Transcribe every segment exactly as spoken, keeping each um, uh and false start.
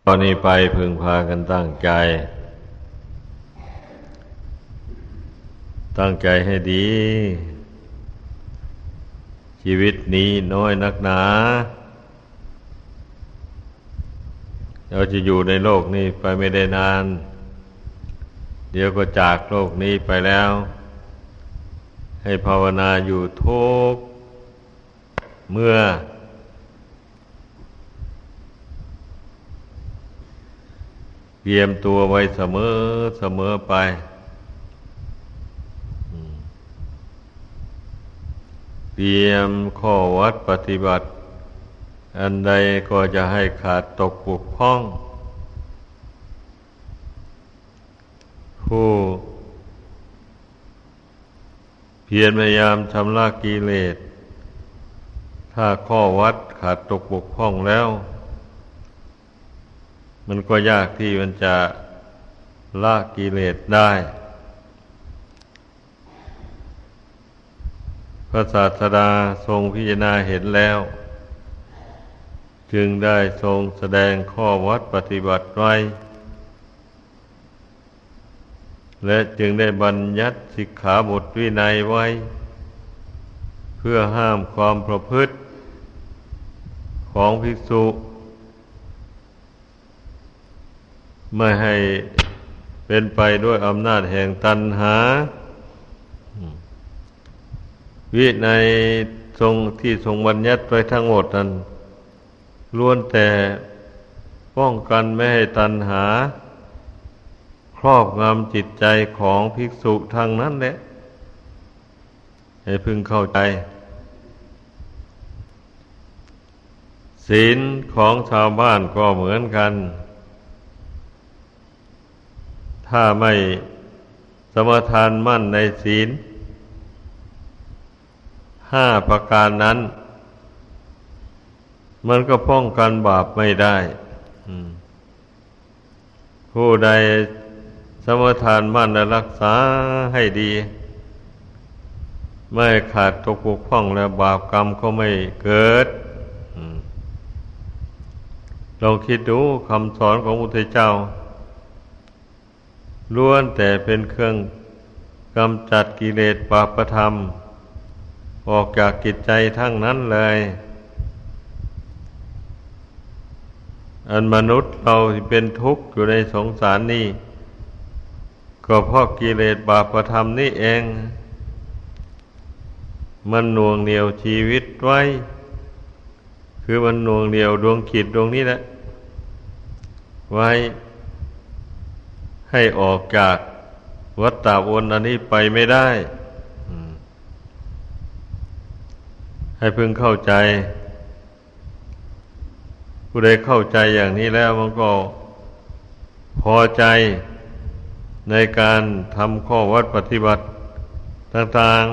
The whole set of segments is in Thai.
ตอนนี้ไปพึงพากันตั้งใจตั้งใจให้ดีชีวิตนี้น้อยนักหนาเราจะอยู่ในโลกนี้ไปไม่ได้นานเดี๋ยวก็จากโลกนี้ไปแล้วให้ภาวนาอยู่ทุกเมื่อเตรียมตัวไว้เสมอเสมอไปเตรียมข้อวัดปฏิบัติอันใดก็จะให้ขาดตกบกพร่องผู้เพียรพยายามชำระกิเลสถ้าข้อวัดขาดตกบกพร่องแล้วมันก็ยากที่มันจะละกิเลสได้พระศาสดาทรงพิจารณาเห็นแล้วจึงได้ทรงแสดงข้อวัดปฏิบัติไว้และจึงได้บัญญัติสิกขาบทวินัยไว้เพื่อห้ามความประพฤติของภิกษุไม่ให้เป็นไปด้วยอำนาจแห่งตัณหาวินัยทรงที่ทรงบัญญัติไว้ทั้งหมดนั้นล้วนแต่ป้องกันไม่ให้ตัณหาครอบงำจิตใจของภิกษุทั้งนั้นแหละให้พึงเข้าใจศีลของชาวบ้านก็เหมือนกันถ้าไม่สมาทานมั่นในศีลห้าประการนั้นมันก็ป้องกันบาปไม่ได้ผู้ใดสมาทานมั่นและรักษาให้ดีไม่ขาดตกบกพร่องและบาปกรรมก็ไม่เกิดลองคิดดูคำสอนของพระพุทธเจ้าล้วนแต่เป็นเครื่องกำจัดกิเลสบาปธรรมออกจากจิตใจทั้งนั้นเลยอันมนุษย์เราที่เป็นทุกข์อยู่ในสงสารนี่ก็เพราะกิเลสบาปธรรมนี่เองมันหน่วงเหนี่ยวชีวิตไว้คือมันหน่วงเหนี่ยวดวงจิตดวงนี้แหละไว้ให้ออกจากวัฏฏะวนอันนี้ไปไม่ได้ให้พึงเข้าใจผู้ใดเข้าใจอย่างนี้แล้วมันก็พอใจในการทำข้อวัดปฏิบัติต่าง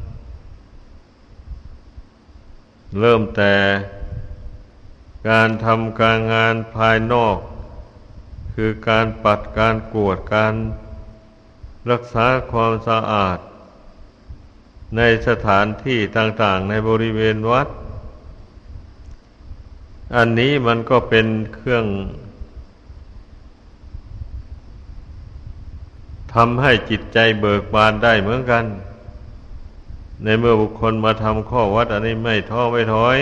ๆเริ่มแต่การทำการงานภายนอกคือการปัดการกวาดการรักษาความสะอาดในสถานที่ต่างๆในบริเวณวัดอันนี้มันก็เป็นเครื่องทำให้จิตใจเบิกบานได้เหมือนกันในเมื่อบุคคลมาทำข้อวัดอันนี้ไม่ท้อไม่ถอย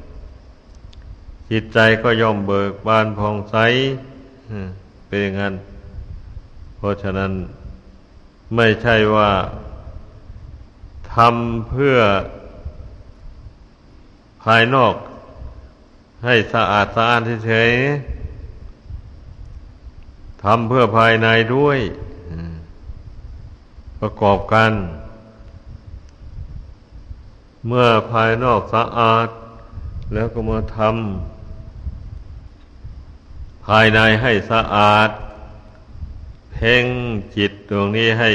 จิตใจก็ย่อมเบิกบานผ่องใสเป็นอย่างนั้นเพราะฉะนั้นไม่ใช่ว่าทำเพื่อภายนอกให้สะอาดสะอ้านเฉยๆทำเพื่อภายในด้วยประกอบกันเมื่อภายนอกสะอาดแล้วก็มาทำภายในให้สะอาดเพ่งจิตดวงนี้ให้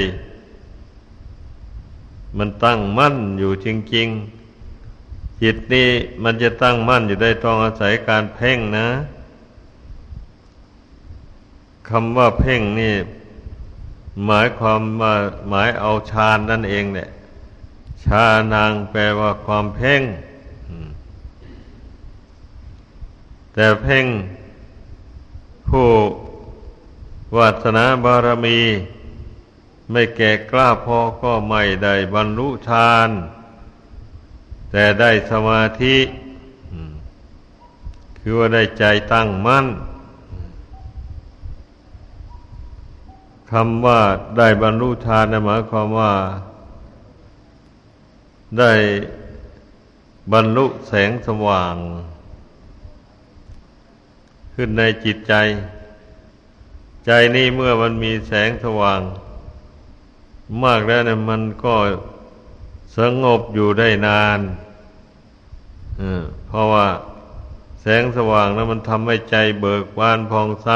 มันตั้งมั่นอยู่จริงๆจิตนี่มันจะตั้งมั่นอยู่ได้ต้องอาศัยการเพ่งนะคำว่าเพ่งนี่หมายความว่าหมายเอาฌานนั่นเองแหละฌานังแปลว่าความเพ่ง แต่เพ่งผู้วาสนาบารมีไม่แก่กล้าพอก็ไม่ได้บรรลุฌานแต่ได้สมาธิคือว่าได้ใจตั้งมั่นคำว่าได้บรรลุฌานหมายความว่าได้บรรลุแสงสว่างขึ้นในจิตใจใจนี้เมื่อมันมีแสงสว่างมากแล้วเนี่ยมันก็สงบอยู่ได้นานเพราะว่าแสงสว่างนั้นมันทำให้ใจเบิกบานผ่องใส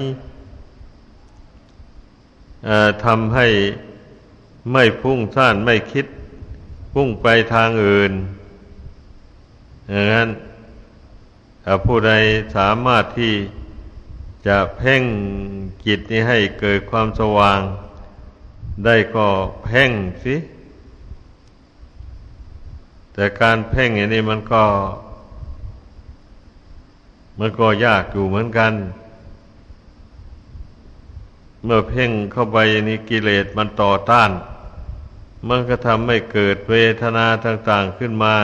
ทำให้ไม่พุ่งซ่านไม่คิดพุ่งไปทางอื่นอย่างนั้นผู้ใดสามารถที่จะเพ่งจิตนี้ให้เกิดความสว่างได้ก็เพ่งสิแต่การเพ่งอย่างนี้มันก็มันก็ยากอยู่เหมือนกันเมื่อเพ่งเข้าไปนี่กิเลสมันต่อต้านมันก็ทำให้เกิดเวทนาต่างๆขึ้นมา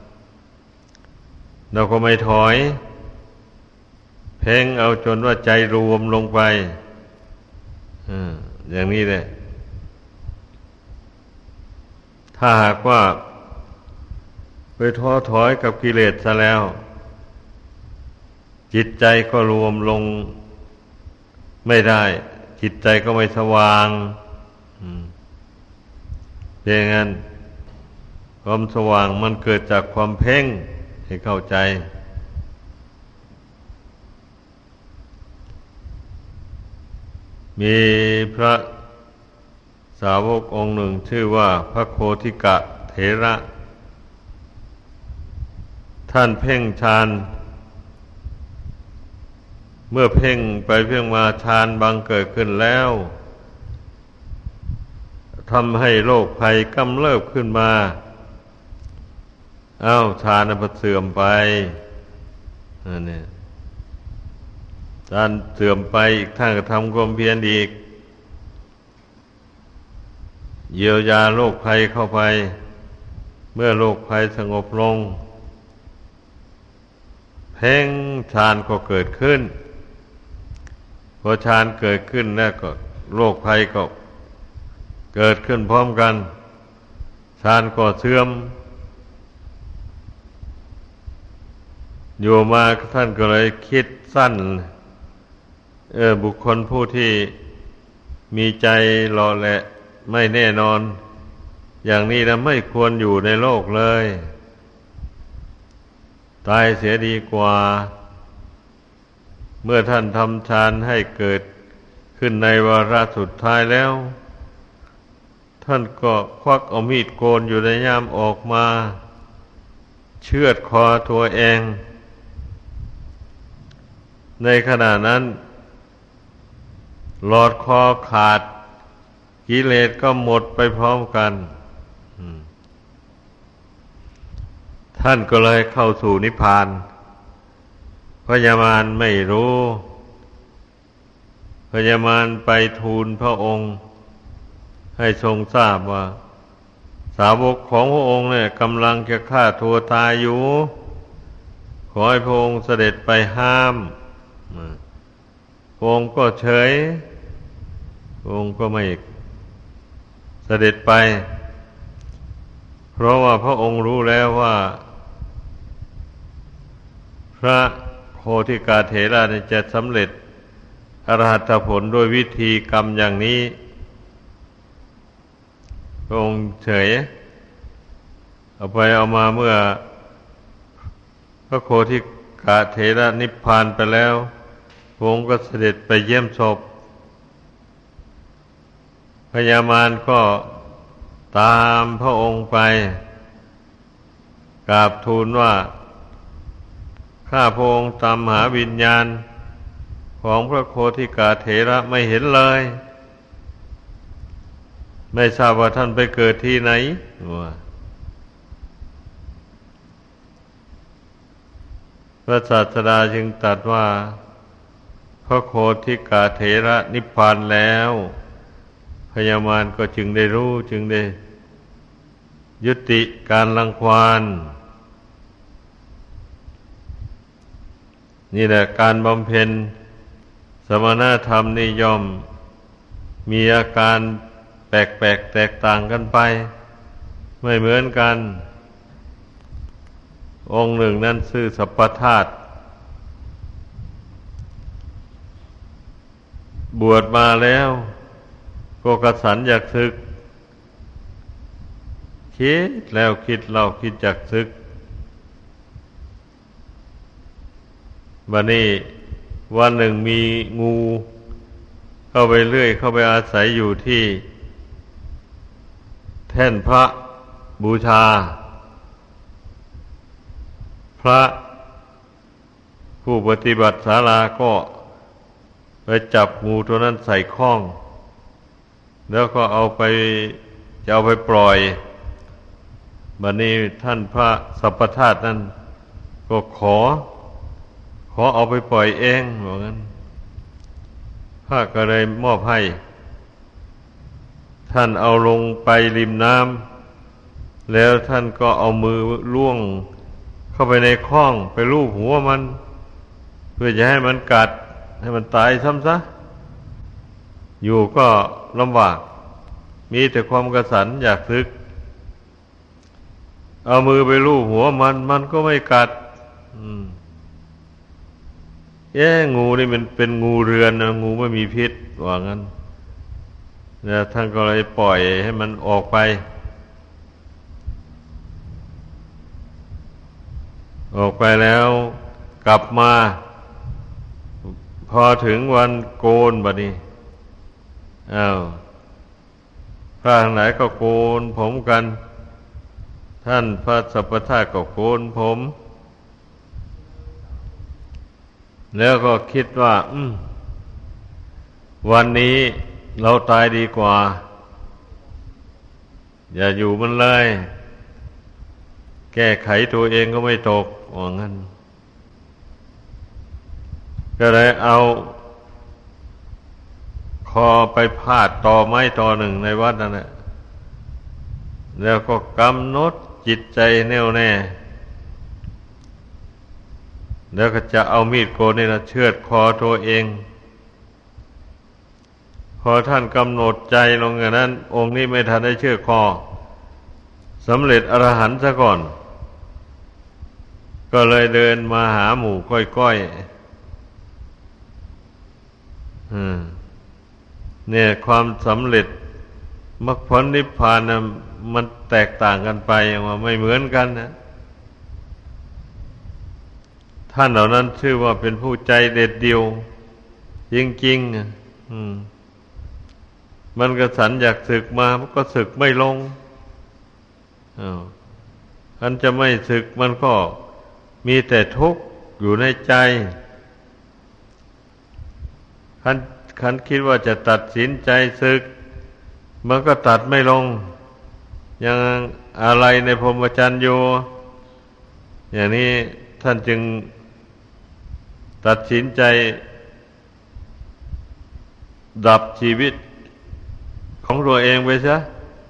เราก็ไม่ถอยเพ่งเอาจนว่าใจรวมลงไปอ่าอย่างนี้แหละถ้าหากว่าไปท้อถอยกับกิเลสซะแล้วจิตใจก็รวมลงไม่ได้จิตใจก็ไม่สว่างเป็นอย่างนั้นความสว่างมันเกิดจากความเพ่งให้เข้าใจมีพระสาวกองค์หนึ่งชื่อว่าพระโคทิกะเถระท่านเพ่งฌานเมื่อเพ่งไปเพ่งมาฌานบังเกิดขึ้นแล้วทำให้โรคภัยกำเริบขึ้นมาอ้าวฌานมันเสื่อมไปนั่นเนี่ยฌานเสื่อมไปอีกท่านก็ทำความเพียรอีกเยียวยาโรคภัยเข้าไปเมื่อโรคภัยสงบลงเพ่งฌานก็เกิดขึ้นพอฌานเกิดขึ้นแล้วก็โรคภัยก็เกิดขึ้นพร้อมกันฌานก็เสื่อมอยู่มาท่านก็เลยคิดสั้นเออบุคคลผู้ที่มีใจหล่อแหละไม่แน่นอนอย่างนี้นะไม่ควรอยู่ในโลกเลยตายเสียดีกว่าเมื่อท่านทำฌานให้เกิดขึ้นในวาระสุดท้ายแล้วท่านก็ควักเอามีดโกนอยู่ในย่ามออกมาเชือดคอตัวเองในขณะนั้นหลอดคอขาดกิเลสก็หมดไปพร้อมกันท่านก็เลยเข้าสู่นิพพานพญามารไม่รู้พญามารไปทูลพระองค์ให้ทรงทราบว่าสาวกของพระองค์เนี่ยกำลังจะฆ่าตัวตายอยู่ขอให้พระองค์เสด็จไปห้ามพระองค์ก็เฉยพระองค์ก็ไม่เสด็จไปเพราะว่าพระองค์รู้แล้วว่าพระโคทิกาเถระจะสำเร็จอรหัตผลด้วยวิธีกรรมอย่างนี้พระองค์เฉยเอาไปเอามาเมื่อพระโคทิกาเถระนิพพานไปแล้วพระองค์ก็เสด็จไปเยี่ยมศพพญามารก็ตามพระองค์ไปกราบทูลว่าข้าพระองค์ตามหาวิญญาณของพระโคทิกาเถระไม่เห็นเลยไม่ทราบว่าท่านไปเกิดที่ไหนพระศาสดาจึงตรัสว่าพพระโคทิกาเถระนิพพานแล้วพญามารก็จึงได้รู้จึงได้ยุติการรังควานนี่แหละการบำเพ็ญสมณธรรมนี่ย่อมมีอาการแปลกๆแตกต่างกันไปไม่เหมือนกันองค์หนึ่งนั้นชื่อสัพพธาตุบวชมาแล้วก็กระสันอยากศึกคิดแล้วคิดเล่าคิดอยากศึกบัดนี้วันหนึ่งมีงูเข้าไปเรื่อยเข้าไปอาศัยอยู่ที่แท่นพระบูชาพระผู้ปฏิบัติศาลาก็ไปจับงูตัวนั้นใส่ข้องแล้วก็เอาไปจะเอาไปปล่อยบัดนี้ท่านพระสัพพธาตุนั้นก็ขอขอเอาไปปล่อยเองว่างั้นพระก็เลยมอบให้ท่านเอาลงไปริมน้ำแล้วท่านก็เอามือล่วงเข้าไปในข้องไปลูบหัวมันเพื่อจะให้มันกัดให้มันตายซ้ำซะอยู่ก็ลำบากมีแต่ความกระสันอยากศึกเอามือไปลูบหัวมันมันก็ไม่กัดอืมแย่งูนี่มันเป็นงูเรือนนะงูไม่มีพิษว่างั้นแล้วท่านก็เลยปล่อยให้มันออกไปออกไปแล้วกลับมาพอถึงวันโกนบัดนี้อ้าวพระทั้งหลายก็โกนผมกันท่านพระสัพพธาตุก็โกนผมแล้วก็คิดว่าอืมวันนี้เราตายดีกว่าอย่าอยู่มันเลยแก้ไขตัวเองก็ไม่ตกว่างั้นก็เลยเอาคอไปพาดต่อไม้ต่อหนึ่งในวัดนั่นแหละแล้วก็กำหนดจิตใจแน่วแน่แล้วก็จะเอามีดโกนนี่นะเชือดคอตัวเองพอท่านกำหนดใจลงอย่างนั้นองค์นี้ไม่ทันได้เชือดคอสำเร็จอรหันต์ซะก่อนก็เลยเดินมาหาหมู่ก้อยๆอืมเนี่ยความสำเร็จมรรคผลนิพพานนะมันแตกต่างกันไปว่าไม่เหมือนกันนะท่านเหล่านั้นชื่อว่าเป็นผู้ใจเด็ดเดี่ยวจริงๆอืมมันกระสันอยากศึกมามันก็ศึกไม่ลงอ้าวอันจะไม่ศึกมันก็มีแต่ทุกข์อยู่ในใจคันคันคิดว่าจะตัดสินใจศึกมันก็ตัดไม่ลงยังอะไรในพรหมจรรย์อยู่อย่างนี้ท่านจึงตัดสินใจดับชีวิตของตัวเองไปซะ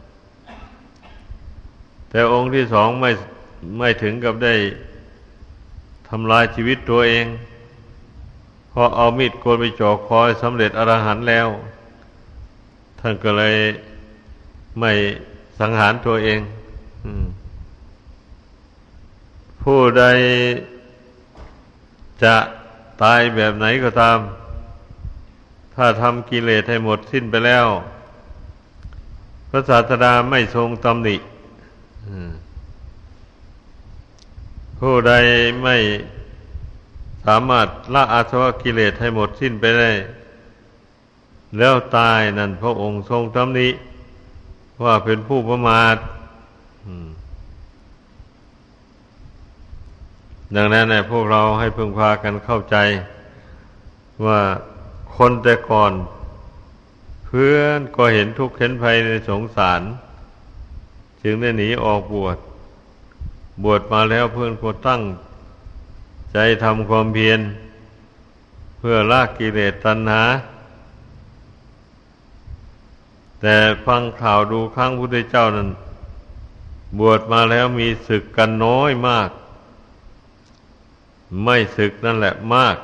แต่องค์ที่สองไม่ไม่ถึงกับได้ทำลายชีวิตตัวเองพอเอามีดโกนไปจ่อคอสำเร็จอรหันต์แล้วท่านก็เลยไม่สังหารตัวเองผู้ใดจะตายแบบไหนก็ตามถ้าทำกิเลสให้หมดสิ้นไปแล้วพระศาสดาไม่ทรงตำหนิผู้ใดไม่สามารถละอาสวะกิเลสให้หมดสิ้นไปได้แล้วตายนั่นพระองค์ทรงตำหนิว่าเป็นผู้ประมาทดังนั้นเนี่ยพวกเราให้พึงพากันเข้าใจว่าคนแต่ก่อนเพื่อนก็เห็นทุกข์เห็นภัยในสงสารจึงได้หนีออกบวชบวชมาแล้วเพื่อนก็ตั้งใจทำความเพียร เพื่อพื่อละกิเลสตัณหาแต่ฟังข่าวดูครั้งพุทธเจ้านั้นบวชมาแล้วมีศึกกันน้อยมากไม่ศึกนั่นแหละมาก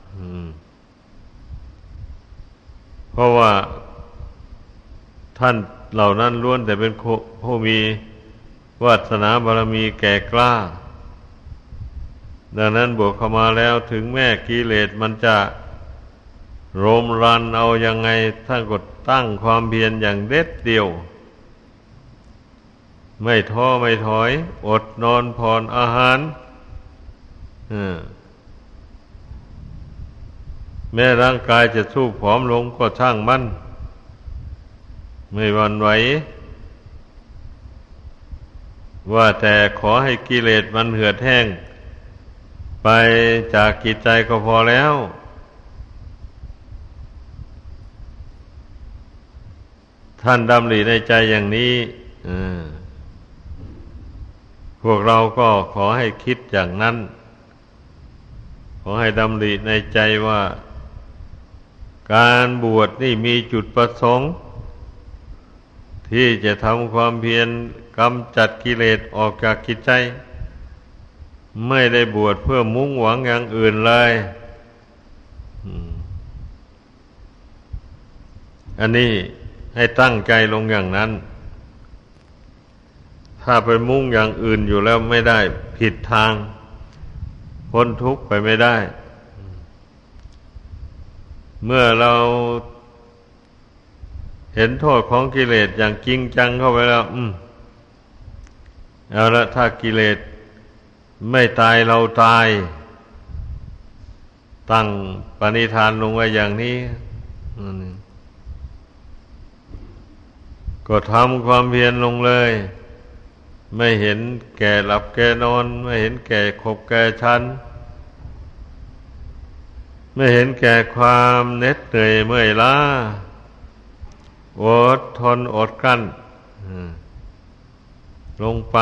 เพราะว่าท่านเหล่านั้นล้วนแต่เป็นผู้มีวาสนาบารมีแก่กล้าดังนั้นบวชเข้ามาแล้วถึงแม้กิเลสมันจะโรมรันเอายังไงท่านก็ตั้งความเพียรอย่างเด็ดเดี่ยวไม่ท้อไม่ถอยอดนอนผ่อนอาหารแม้ร่างกายจะสู้ผอมลงก็ช่างมันไม่หวั่นไหวว่าแต่ขอให้กิเลสมันเหือดแห้งไปจากจิตใจก็พอแล้วท่านดำริในใจอย่างนี้พวกเราก็ขอให้คิดอย่างนั้นขอให้ดำริในใจว่าการบวชนี่มีจุดประสงค์ที่จะทำความเพียรกำจัดกิเลสออกจากจิตใจไม่ได้บวชเพื่อมุ่งหวังอย่างอื่นเลยอันนี้ให้ตั้งใจลงอย่างนั้นถ้าไปมุ่งอย่างอื่นอยู่แล้วไม่ได้ผิดทางพ้นทุกข์ไปไม่ได้เมื่อเราเห็นโทษของกิเลสอย่างจริงจังเข้าไปแล้วอืมเอาละถ้ากิเลสไม่ตายเราตายตั้งปณิธานลงไว้อย่างนี้ก็ทำความเพียรลงเลยไม่เห็นแก่หลับแก่นอนไม่เห็นแก่ขบแก่ชันไม่เห็นแก่ความเหน็ดเหนื่อยเมื่อยล้าอดทนอดกลั้นลงไป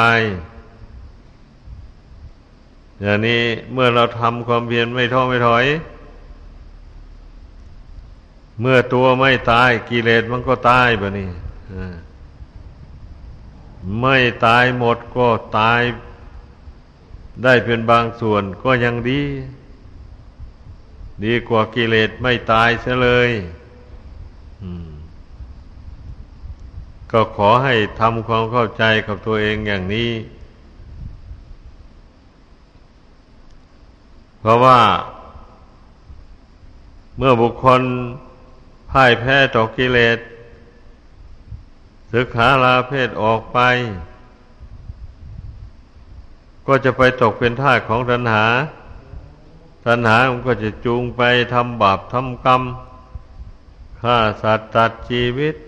อย่างนี้เมื่อเราทำความเพียรไม่ท้อไม่ถอยเมื่อตัวไม่ตายกิเลสมันก็ตายแบบนี้ไม่ตายหมดก็ตายได้เป็นบางส่วนก็ยังดีดีกว่ากิเลสไม่ตายเสียเลยก็ขอให้ทำความเข้าใจกับตัวเองอย่างนี้เพราะว่าเมื่อบุคคลพ่ายแพ้ต่อกิเลสศึกษาลาเพศออกไปก็จะไปตกเป็นทาสของตัณหาตัณหามันก็จะจูงไปทำบาปทำกรรมฆ่าสัตว์ตัดชีวิต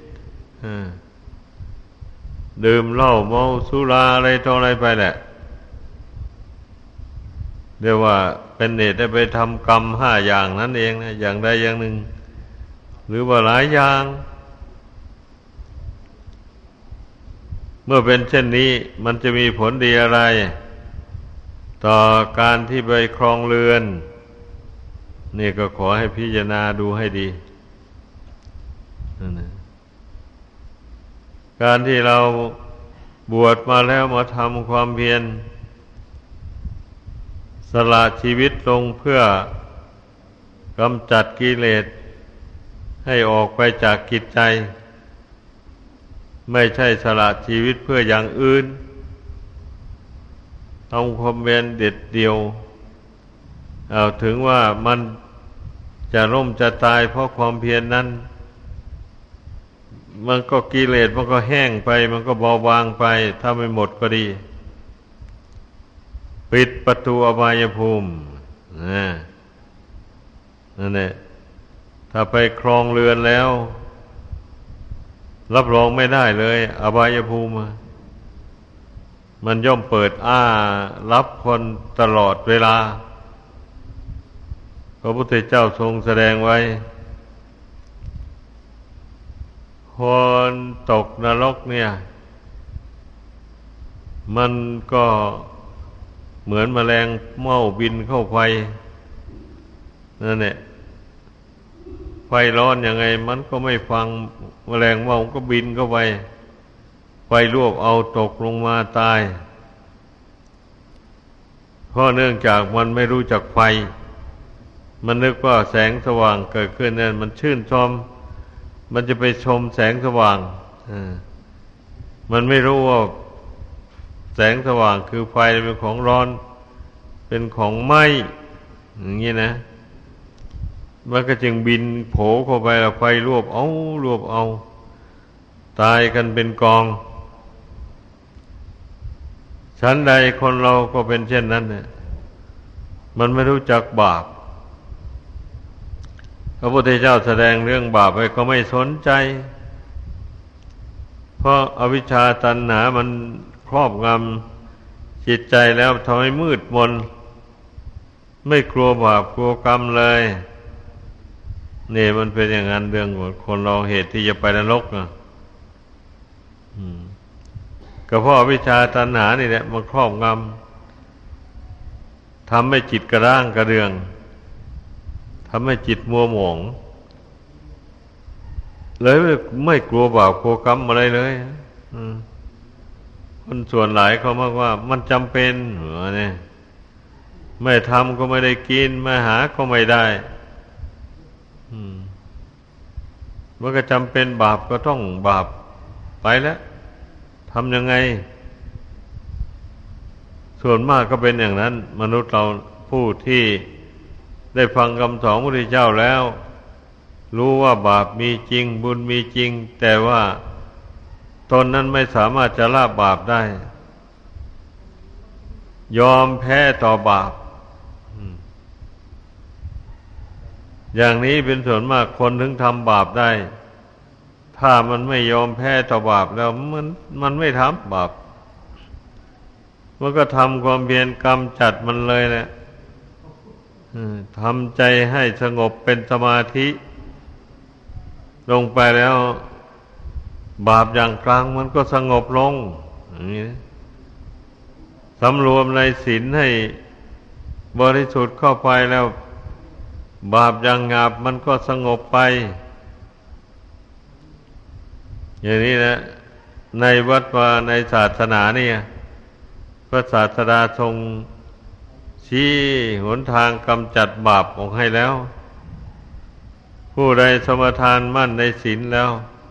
ดื่มเหล้าเมาสุราอะไรต่ออะไรไปแหละเรียกว่าเป็นเหตุได้ไปทำกรรมห้าอย่างนั่นเองนะอย่างใดอย่างหนึ่งหรือว่าหลายอย่างเมื่อเป็นเช่นนี้มันจะมีผลดีอะไรต่อการที่ไปครองเรือนนี่ก็ขอให้พิจารณาดูให้ดีนั่นนะการที่เราบวชมาแล้วมาทำความเพียรสละชีวิตลงเพื่อกำจัดกิเลสให้ออกไปจากจิตใจไม่ใช่สละชีวิตเพื่ออย่างอื่นทำความเพียรเด็ดเดียวเอาถึงว่ามันจะล่มจะตายเพราะความเพียรนั้นมันก็กิเลสมันก็แห้งไปมันก็เบาบางไปถ้าไม่หมดก็ดีปิดประตูอบายภูมินั่นแหละถ้าไปครองเรือนแล้วรับรองไม่ได้เลยอบายภูมิมันย่อมเปิดอ้ารับคนตลอดเวลาพระพุทธเจ้าทรงแสดงไว้คนตกนรกเนี่ยมันก็เหมือนแมลงเม่าบินเข้าไปนั่นแหละไฟร้อนยังไงมันก็ไม่ฟังแมลงเม่าก็บินเข้าไปไฟลวกเอาตกลงมาตายเพราะเนื่องจากมันไม่รู้จักไฟมันนึกว่าแสงสว่างเกิดขึ้นนั่นมันชื่นชมมันจะไปชมแสงสว่างมันไม่รู้ว่าแสงสว่างคือไฟเป็นของร้อนเป็นของไหม้อย่างนี้นะมันก็จึงบินโผล่เข้าไปแล้วไฟรวบเอารวบเอาตายกันเป็นกองชั้นใดคนเราก็เป็นเช่นนั้นเนี่ยมันไม่รู้จักบาปพระพุทธเจ้าแสดงเรื่องบาปไว้ก็ไม่สนใจเพราะอวิชชาตัณหามันครอบงำจิตใจแล้วทำให้มืดมนไม่กลัวบาปกลัวกรรมเลยนี่มันเป็นอย่างนั้นเรื่องของคนเราเหตุที่จะไปนรกอ่ะก็เพราะอวิชชาตัณหานี่แหละมันครอบงำทำให้จิตกระด้างกระเดืองทำให้จิตมัวหมองเลยไม่กลัวบาปกลัวกรรมอะไรเลยคนส่วนหลายเขามากว่ามันจำเป็นเหรอเนี่ยไม่ทำก็ไม่ได้กินไม่หาก็ไม่ได้มันก็จำเป็นบาปก็ต้องบาปไปแล้วทำยังไงส่วนมากก็เป็นอย่างนั้นมนุษย์เราผู้ที่ได้ฟังคำสอนพระพุทธเจ้าแล้วรู้ว่าบาปมีจริงบุญมีจริงแต่ว่าตนนั้นไม่สามารถจะละบาปได้ยอมแพ้ต่อบาปอย่างนี้เป็นส่วนมากคนถึงทำบาปได้ถ้ามันไม่ยอมแพ้ต่อบาปแล้วมันมันไม่ทำบาปมันก็ทำความเพียรกำจัดมันเลยแหละทำใจให้สงบเป็นสมาธิลงไปแล้วบาปอย่างกลางมันก็สงบลงอย่างนี้สำรวมในศีลให้บริสุทธิ์เข้าไปแล้วบาปอย่างหยาบมันก็สงบไปอย่างนี้นะในวัดวาในศาสนาเนี่ยพระศาสดาทรงชี้หนทางกำจัดบาปออกให้แล้วผู้ใดสมทานมั่นในศีลแล้ว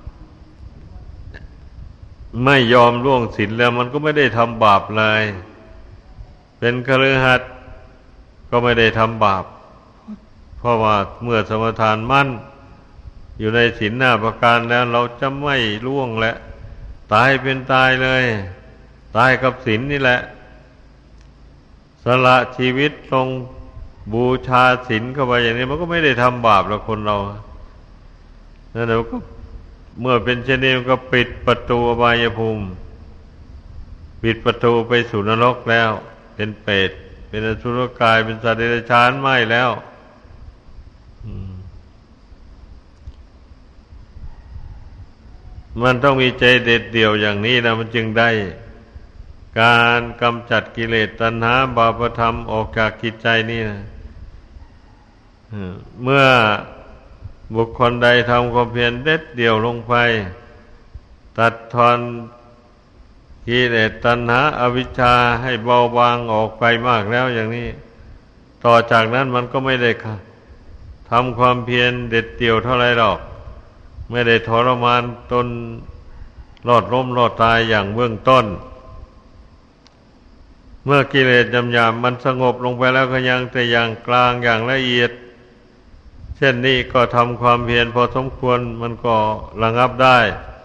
ไม่ยอมล่วงศีลแล้วมันก็ไม่ได้ทำบาปเลยเป็นคฤหัสถ์ก็ไม่ได้ทำบาปเพราะว่าเมื่อสมทานมั่นอยู่ในศีลห้าประการแล้วเราจะไม่ล่วงและตายเป็นตายเลยตายกับศีลนี่แหละสละชีวิตลงบูชาศีลเข้าไปอย่างนี้มันก็ไม่ได้ทำบาปแล้วคนเรานั่นแหละก็เมื่อเป็นเช่นนี้มันก็ปิดประตูอบายภูมิปิดประตูไปสู่นรกแล้วเป็นเปรตเป็นอสุรกายเป็นสัตว์เดรัจฉานไม่แล้วมันต้องมีใจเด็ดเดี่ยวอย่างนี้นะมันจึงได้การกำจัดกิเลสตัณหาบาปธรรมออกจากจิตใจนี่นะเมื่อบุคคลใดทำความเพียรเด็ดเดี่ยวลงไปตัดทอนกิเลสตัณหาอวิชชาให้เบาบางออกไปมากแล้วอย่างนี้ต่อจากนั้นมันก็ไม่ได้ทำความเพียรเด็ดเดี่ยวเท่าไรหรอกไม่ได้ทรมานตนรอดล้มรอดตายอย่างเบื้องต้นเมื่อกิเลสหยาบๆมันสงบลงไปแล้วก็ยังแต่อย่างกลางอย่างละเอียดเช่นนี้ก็ทำความเพียรพอสมควรมันก็ระงับได้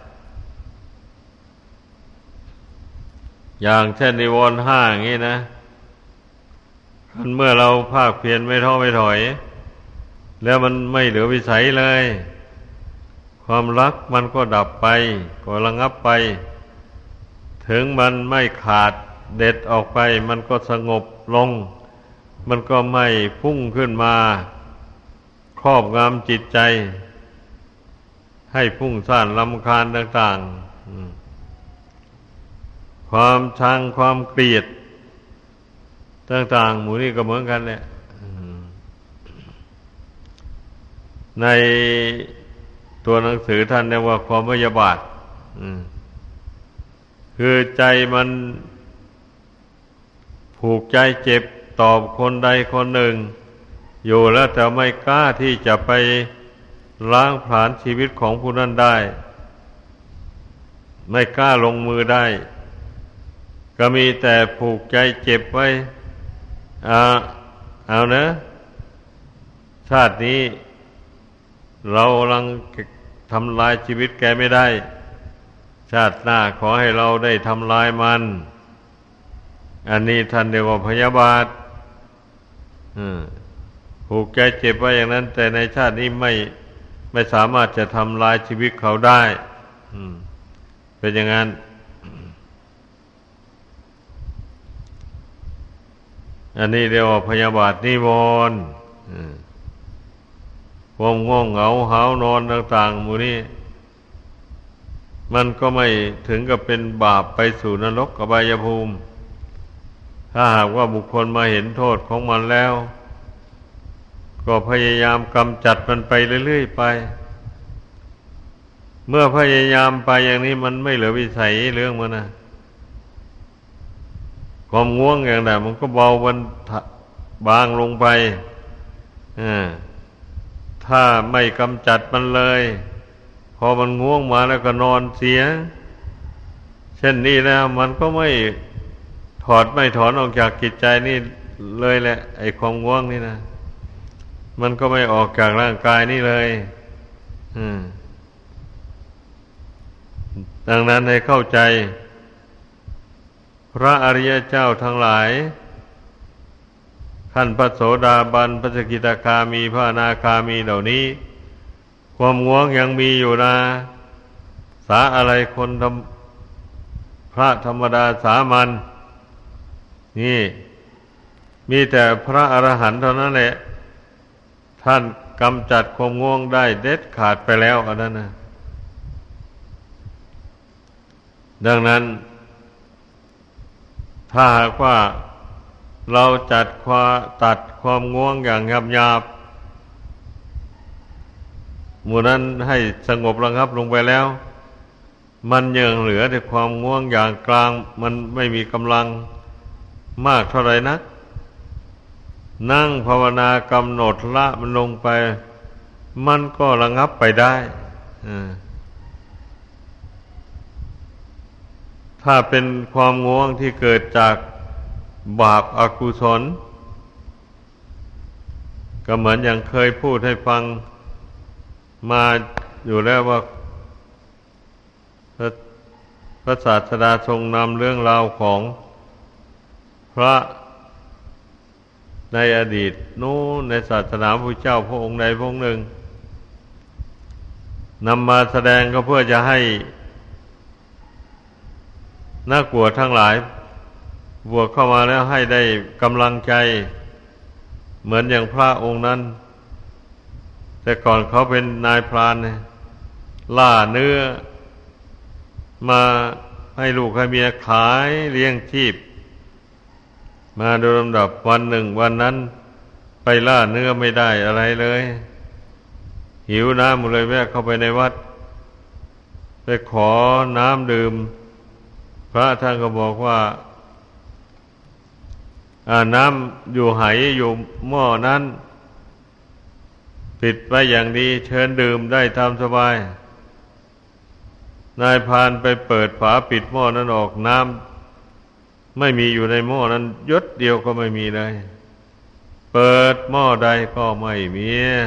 อย่างเช่นนิวรณ์ห้าอย่างนี้นะเมื่อเราภาคเพียรไม่ท้อไม่ถอยแล้วมันไม่เหลือวิสัยเลยความรักมันก็ดับไปก็ระงับไปถึงมันไม่ขาดเด็ดออกไปมันก็สงบลงมันก็ไม่พุ่งขึ้นมาครอบงำจิตใจให้พุ่งซ่านรำคาญต่างๆความชังความเกลียดต่างๆหมู่นี้ก็เหมือนกันแหละในตัวหนังสือท่านเรียกว่าความพยาบาทคือใจมันผูกใจเจ็บต่อคนใดคนหนึ่งอยู่แล้วแต่ไม่กล้าที่จะไปล้างผลาญชีวิตของผู้นั้นได้ไม่กล้าลงมือได้ก็มีแต่ผูกใจเจ็บไว้อ่าเอานะชาตินี้เรากำลังทำลายชีวิตแกไม่ได้ชาติหน้าขอให้เราได้ทำลายมันอันนี้ท่านเรียกว่าพยาบาทผูกใจเจ็บไว้อย่างนั้นแต่ในชาตินี้ไม่ไม่สามารถจะทำลายชีวิตเขาได้เป็นอย่างนั้นอันนี้เรียกว่าพยาบาทนิวรณ์ความง่วงเหงาหาวนอนต่างๆหมู่นี้มันก็ไม่ถึงกับเป็นบาปไปสู่นรกอบายภูมิถ้าหากว่าบุคคลมาเห็นโทษของมันแล้วก็พยายามกำจัดมันไปเรื่อยๆไปเมื่อพยายามไปอย่างนี้มันไม่เหลือวิสัยเรื่องมันนะความง่วงอย่างนั้นมันก็เบามันบางลงไปถ้าไม่กำจัดมันเลยพอมันง่วงมาแล้วก็นอนเสียเช่นนี้แล้วมันก็ไม่ถอดไม่ถอนออกจากจิตใจนี่เลยแหละไอ้ความง่วงนี่นะมันก็ไม่ออกจากร่างกายนี่เลยดังนั้นให้เข้าใจพระอริยเจ้าทั้งหลายขั้นพระโสดาบันพระสกิทาคามีพระอนาคามีเหล่านี้ความง่วงยังมีอยู่นะสาอะไรคนทำพระธรรมดาสามัญนี่มีแต่พระอรหันต์เท่านั้นแหละท่านกำจัดความง่วงได้เด็ดขาดไปแล้วอันนั้นนะดังนั้นถ้าหากว่าเราจัดความตัดความง่วงอย่างหยาบๆหมู่นั้นให้สงบระงับลงไปแล้วมันยังเหลือแต่ความง่วงอย่างกลางมันไม่มีกำลังมากเท่าไรนักนั่งภาวนากำหนดละมันลงไปมันก็ระงับไปได้ถ้าเป็นความง่วงที่เกิดจากบาปอกุศลก็เหมือนอย่างเคยพูดให้ฟังมาอยู่แล้วว่าพระศาสดาทรงนำเรื่องราวของพระในอดีตนู้นในศาสนาพระเจ้าพระองค์ใดพระองค์หนึ่งนำมาแสดงก็เพื่อจะให้นักบวชทั้งหลายบวชเข้ามาแล้วให้ได้กำลังใจเหมือนอย่างพระองค์นั้นแต่ก่อนเขาเป็นนายพรานเนี่ยล่าเนื้อมาให้ลูกให้เมียขายเลี้ยงชีพมาโดยลำดับวันหนึ่งวันนั้นไปล่าเนื้อไม่ได้อะไรเลยหิวน้ำเลยแวะเข้าไปในวัดไปขอน้ำดื่มพระท่านก็บอกว่าน้ำอยู่ไหอยู่หม้อนั้นปิดไว้อย่างดีเชิญดื่มได้ตามสบายนายพรานไปเปิดฝาปิดหม้อนั้นออกน้ำไม่มีอยู่ในหม้อนั้นหยดเดียวก็ไม่มีเลยเปิดหม้อใดก็ไม่มี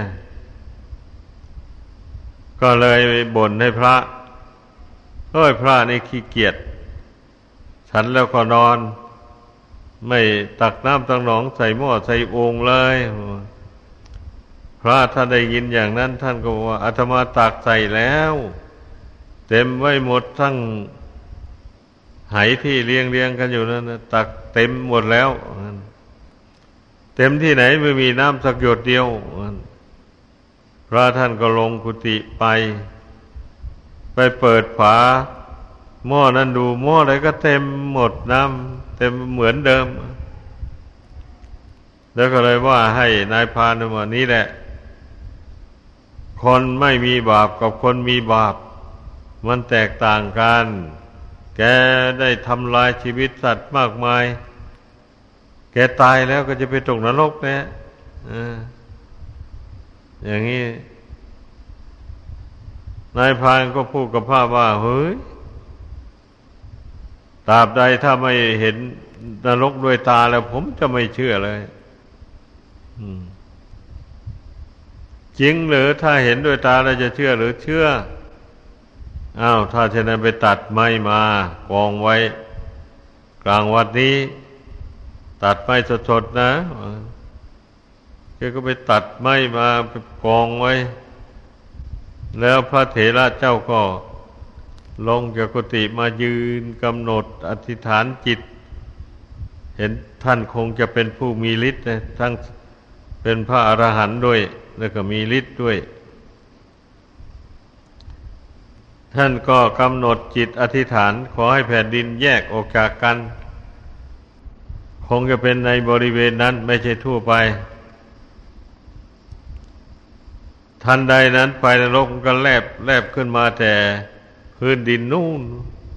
ก็เลยบ่นให้พระเฮ้ยพระนี่ขี้เกียจฉันแล้วก็นอนไม่ตักน้ำตักหนองใส่หม้อใส่โอ่งเลยพระท่านได้ยินอย่างนั้นท่านก็บอกว่าอาตมาตักใส่แล้วเต็มไว้หมดทั้งไหที่เรียงเรียงกันอยู่นั่นตักเต็มหมดแล้วเต็มที่ไหนไม่มีน้ำสักหยดเดียวพระท่านก็ลงกุฏิไปไปเปิดฝาหม้อนั้นดูหม้ออะไรก็เต็มหมดน้ำเต็มเหมือนเดิมแล้วก็เลยว่าให้นายพรานว่านี่แหละคนไม่มีบาปกับคนมีบาปมันแตกต่างกันแกได้ทำลายชีวิตสัตว์มากมายแกตายแล้วก็จะไปตกนรกเนี่ยอย่างนี้นายพรานก็พูดกับพระว่าเฮ้ยตราบใดถ้าไม่เห็นนรกด้วยตาแล้วผมจะไม่เชื่อเลยจริงหรือถ้าเห็นด้วยตาแล้วจะเชื่อหรือเชื่ออ้าวถ้าเช่นนั้นไปตัดไม้มากองไว้กลางวัดนี้ตัดไม้สดๆนะแกก็ไปตัดไม้มาไปกองไว้แล้วพระเถระเจ้าก็ลงจากกุฏิมายืนกำหนดอธิษฐานจิตเห็นท่านคงจะเป็นผู้มีฤทธิ์นะทั้งเป็นพระอรหันต์ด้วยแล้วก็มีฤทธิ์ด้วยท่านก็กำหนดจิตอธิษฐานขอให้แผ่นดินแยกออกจากกันคงจะเป็นในบริเวณนั้นไม่ใช่ทั่วไปทันใดนั้นไฟนรกมันก็แลบแลบขึ้นมาแต่พื้นดินนู่น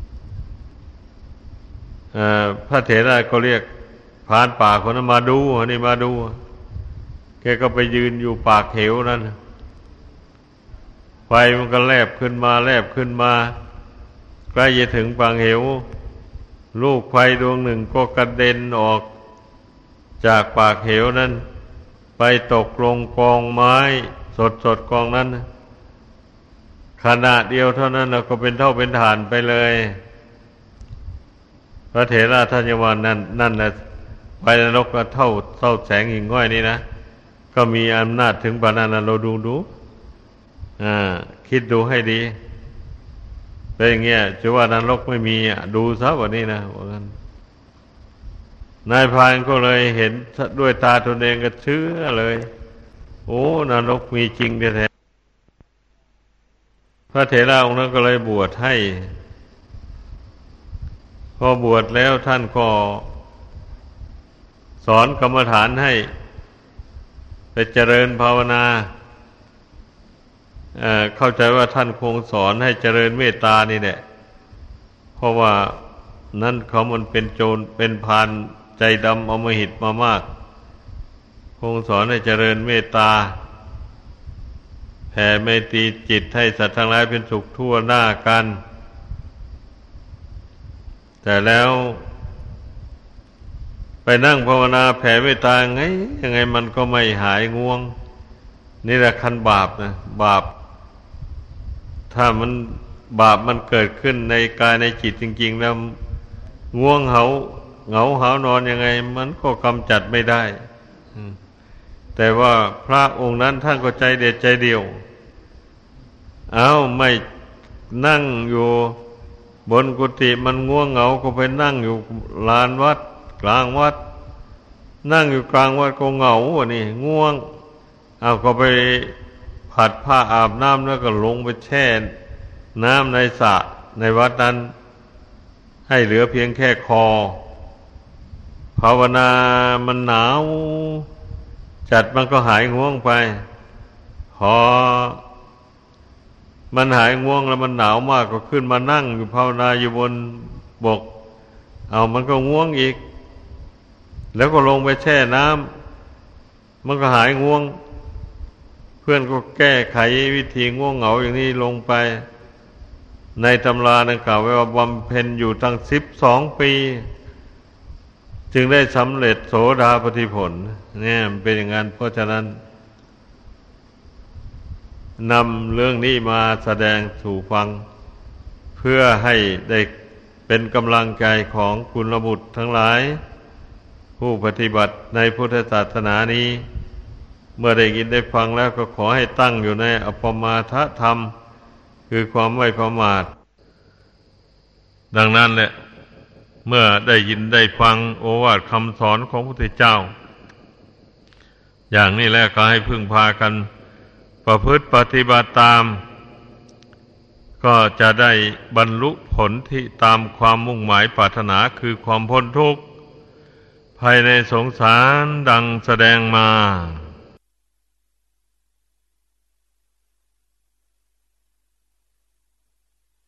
พระเถระก็เรียกพรานป่าคนนั้นมาดูนี่มาดูแกก็ไปยืนอยู่ปากเหวนั่นไฟมันก็แลบขึ้นมาแลบขึ้นมาใกล้จะถึงปากเหวลูกไฟดวงหนึ่งก็กระเด็นออกจากปากเหวนั้นไปตกลงกองไม้สดๆกองนั้นขณะเดียวเท่านั้นเราก็เป็นเท่าเป็นฐานไปเลยพระเถระท่านยวันนั่นนั่นแหละไฟนรกก็เท่าเท่าแสงหิ่งห้อยนี่นะก็มีอำนาจถึงปานนั้นเราดูดูอ่าคิดดูให้ดีเป็นอย่างเงี้ยจะว่านรกไม่มีดูซะวันนี้นะว่างั้นนายพรานก็เลยเห็นด้วยตาตนเองก็เชื่อเลยโอ้นรกมีจริงแท้ๆพระเถระองค์นั้นก็เลยบวชให้พอบวชแล้วท่านก็สอนกรรมฐานให้ไปเจริญภาวนาเอ่อเข้าใจว่าท่านคงสอนให้เจริญเมตตานี่แหละเพราะว่านั่นเขามันเป็นโจรเป็นพาลใจดำอำมหิตมามากคงสอนให้เจริญเมตตาแผ่เมตตาจิตให้สัตว์ทั้งหลายเป็นสุขทั่วหน้ากันแต่แล้วไปนั่งภาวนาแผ่เมตตาไงยังไงมันก็ไม่หายง่วงนี่แหละคันบาปนะบาปถ้ามันบาปมันเกิดขึ้นในกายในจิตจริงๆแล้วง่วงเหาเหงาหาวนอนยังไงมันก็กำจัดไม่ได้แต่ว่าพระองค์นั้นท่านก็ใจเด็ดใจเดียวเอาไม่นั่งอยู่บนกุฏิมันง่วงเหงาก็ไปนั่งอยู่ลานวัดกลางวัดนั่งอยู่กลางวัดก็เหงาวะนี่ง่วงเอาก็ไปผัดผ้าอาบน้ำแล้วก็ลงไปแช่น้ำในสระในวัดนั้นให้เหลือเพียงแค่คอภาวนามันหนาวจัดมันก็หายง่วงไปพอมันหายง่วงแล้วมันหนาวมากก็ขึ้นมานั่งอยู่ภาวนาอยู่บนบกเอามันก็ง่วงอีกแล้วก็ลงไปแช่น้ำมันก็หายง่วงเพื่อนก็แก้ไขวิธีง่วงเหงาอย่างนี้ลงไปในตำราดังกล่าวไว้ว่าบำเพ็ญอยู่ตั้งสิบสองปีจึงได้สำเร็จโสดาปัตติผลเนี่ยมันเป็นอย่างนั้นเพราะฉะนั้นนำเรื่องนี้มาแสดงสู่ฟังเพื่อให้ได้เป็นกำลังใจของกุลบุตรทั้งหลายผู้ปฏิบัติในพุทธศาสนานี้เมื่อได้ยินได้ฟังแล้วก็ขอให้ตั้งอยู่ในอปมาทธรรมคือความไม่ประมาทดังนั้นแหละเมื่อได้ยินได้ฟังโอวาทคำสอนของพระพุทธเจ้าอย่างนี้แล้วก็ให้พึ่งพากันประพฤติปฏิบัติตามก็จะได้บรรลุผลที่ตามความมุ่งหมายปรารถนาคือความพ้นทุกข์ภายในสงสารดังแสดงมา